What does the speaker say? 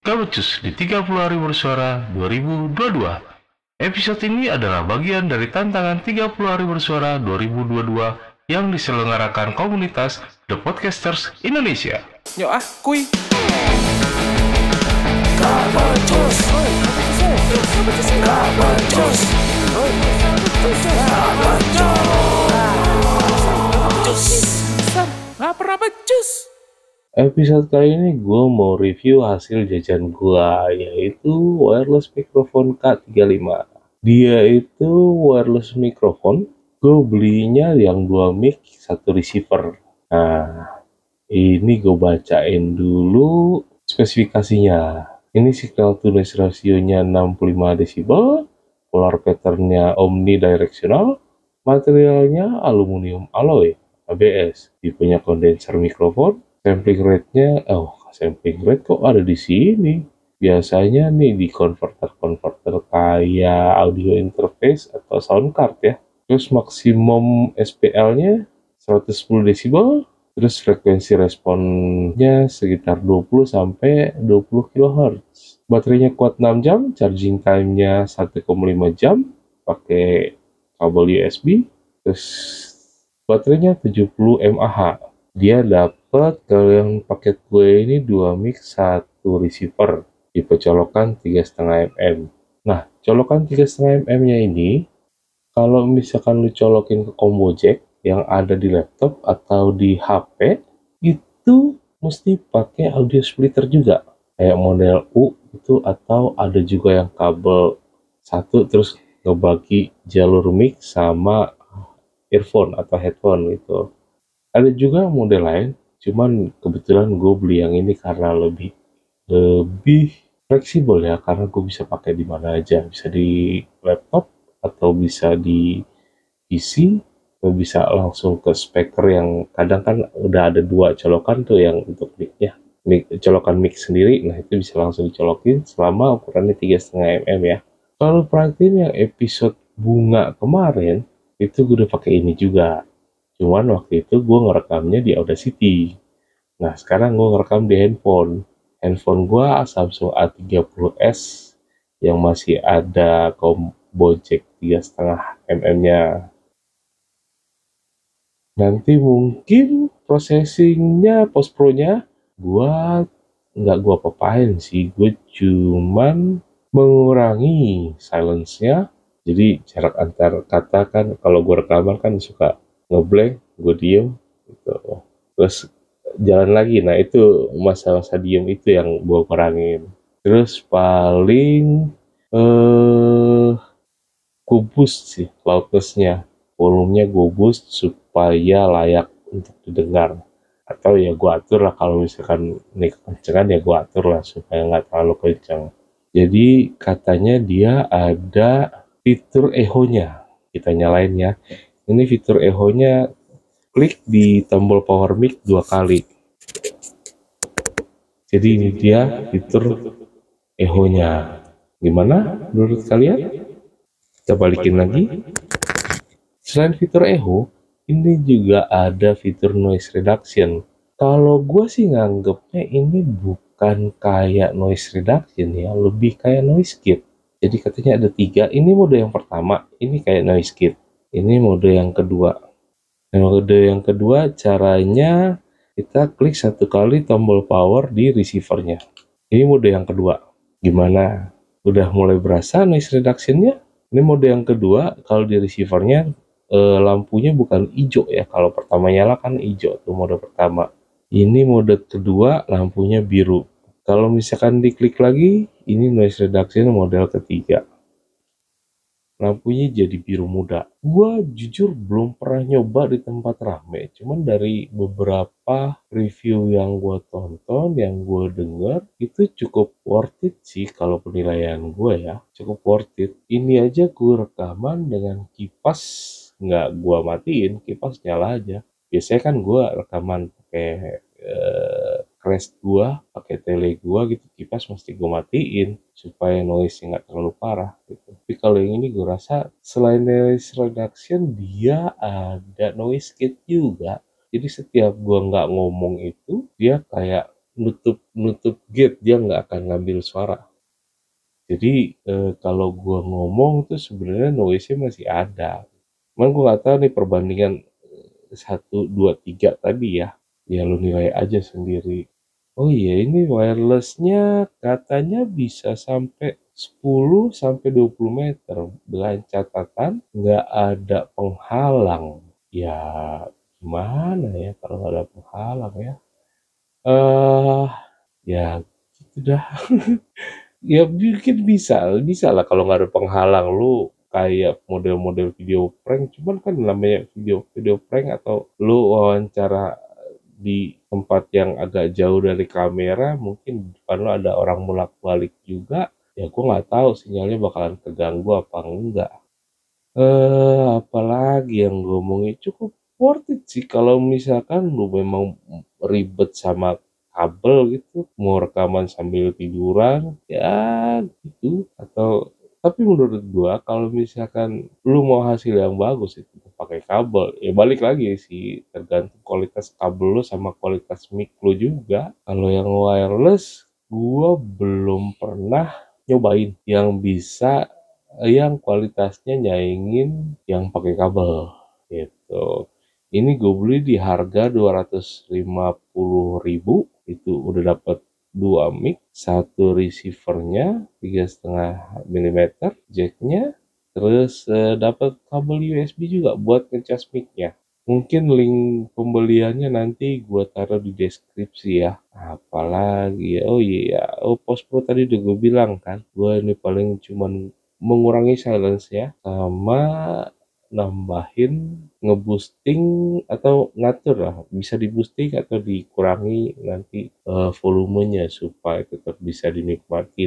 Gabecus di 30 hari bersuara 2022. Episode ini adalah bagian dari tantangan 30 hari bersuara 2022 yang diselenggarakan komunitas The Podcasters Indonesia. Yuk kuy. Episode kali ini gue mau review hasil jajan gue, yaitu wireless microphone K35. Dia itu wireless microphone, gue belinya yang 2 mic, 1 receiver. Nah, ini gue bacain dulu spesifikasinya. Ini signal to noise ratio-nya 65 decibel, polar pattern-nya omnidirectional, materialnya aluminium alloy, ABS, tipenya condenser mikrofon. Sampling rate kok ada di sini. Biasanya nih di konverter kayak audio interface atau sound card ya. Terus maksimum SPL-nya 110 decibel. Terus frekuensi responnya sekitar 20 sampai 20 kHz. Baterainya kuat 6 jam, charging time-nya 1,5 jam pakai kabel USB. Terus baterainya 70 mAh. Dia dapat kalau yang paket gue ini 2 mic 1 receiver tipe colokan 3,5 mm. Nah, colokan 3,5 mm-nya ini kalau misalkan lu colokin ke combo jack yang ada di laptop atau di HP itu mesti pakai audio splitter juga kayak model U itu, atau ada juga yang kabel satu terus ngebagi jalur mic sama earphone atau headphone gitu. Ada juga model lain, cuman kebetulan gue beli yang ini karena lebih fleksibel ya, karena gue bisa pakai di mana aja, bisa di laptop atau bisa di PC, atau bisa langsung ke speaker yang kadang kan udah ada 2 colokan tuh yang untuk mic-nya, colokan mic sendiri. Nah itu bisa langsung dicolokin selama ukurannya 3,5 mm ya. Kalau perhatiin yang episode bunga kemarin itu gue udah pakai ini juga. Cuman waktu itu gue ngerekamnya di Audacity. Nah sekarang gue ngerekam di handphone. Handphone gue Samsung A30s yang masih ada combo jack 3,5 mm-nya. Nanti mungkin processingnya, post pro-nya nggak gue apa-apain sih. Gue cuman mengurangi silence-nya. Jadi jarak antar kata kan kalau gue rekaman kan suka ngeblank, gue diem gitu. Terus jalan lagi, nah itu masa-masa diem itu yang gue kurangin. Terus paling gue boost sih loudness-nya, volumenya gue boost supaya layak untuk didengar. Atau ya gue atur lah, kalau misalkan ini kekencengan ya gue atur lah supaya nggak terlalu kencang. Jadi katanya dia ada fitur echo-nya, kita nyalain ya. Ini fitur echo-nya, klik di tombol power mic 2 kali. Jadi ini dia fitur echo-nya. Gimana menurut kalian? Kita balikin lagi. Selain fitur echo, ini juga ada fitur noise reduction. Kalau gue sih nganggepnya ini bukan kayak noise reduction ya, lebih kayak noise gate. Jadi katanya ada 3. Ini mode yang pertama, ini kayak noise gate. Ini mode yang kedua. Mode yang kedua caranya kita klik 1 kali tombol power di receivernya. Ini mode yang kedua. Gimana? Udah mulai berasa noise reduction-nya? Ini mode yang kedua, kalau di receivernya lampunya bukan hijau ya. Kalau pertama nyala kan hijau tuh mode pertama. Ini mode kedua, lampunya biru. Kalau misalkan diklik lagi, ini noise reduction model ketiga. Lampunya jadi biru muda. Gua jujur belum pernah nyoba di tempat rame, cuman dari beberapa review yang gua tonton, yang gua dengar, itu cukup worth it sih kalau penilaian gue ya, cukup worth it. Ini aja gua rekaman dengan kipas nggak gua matiin, kipas nyala aja. Biasanya kan gua rekaman pakai crash gua, pakai tele gua gitu, kipas mesti gua matiin supaya noise-nya nggak terlalu parah gitu. Tapi kalau yang ini gue rasa selain noise reduction, dia ada noise gate juga. Jadi setiap gua nggak ngomong itu, dia kayak nutup gate, dia nggak akan ngambil suara. Jadi kalau gua ngomong tuh sebenarnya noise-nya masih ada. Cuman gua nggak tahu nih perbandingan 1, 2, 3 tadi ya. Ya lu nilai aja sendiri. Oh iya, ini wireless-nya katanya bisa sampai 10 sampai 20 meter dengan catatan nggak ada penghalang. Ya gimana ya kalau nggak ada penghalang ya? Eh ya gitu dah. Ya mungkin bisa lah kalau nggak ada penghalang lu kayak model-model video prank, cuman kan namanya video prank atau lu wawancara di tempat yang agak jauh dari kamera, mungkin depan lu ada orang bolak-balik juga, ya gua nggak tahu sinyalnya bakalan keganggu apa enggak. Apalagi yang gue omongin, cukup worth it sih kalau misalkan lu memang ribet sama kabel gitu, mau rekaman sambil tiduran, ya gitu. Atau tapi menurut gua kalau misalkan lu mau hasil yang bagus itu pakai kabel, ya balik lagi sih tergantung kualitas kabel lu sama kualitas mic lu juga. Kalau yang wireless, gua belum pernah nyobain yang bisa yang kualitasnya nyaingin yang pakai kabel gitu. Ini gue beli di harga 250.000, itu udah dapat 2 mic, 1 receivernya 3,5 mm jacknya, terus dapat kabel USB juga buat ngecas micnya. Mungkin link pembeliannya nanti gue taruh di deskripsi ya. Apalagi ya, oh iya, Post Pro tadi udah gue bilang kan, gue ini paling cuman mengurangi silence ya, sama nambahin ngeboosting atau ngatur lah, bisa di-boosting atau dikurangi nanti volumenya supaya tetap bisa dinikmatin.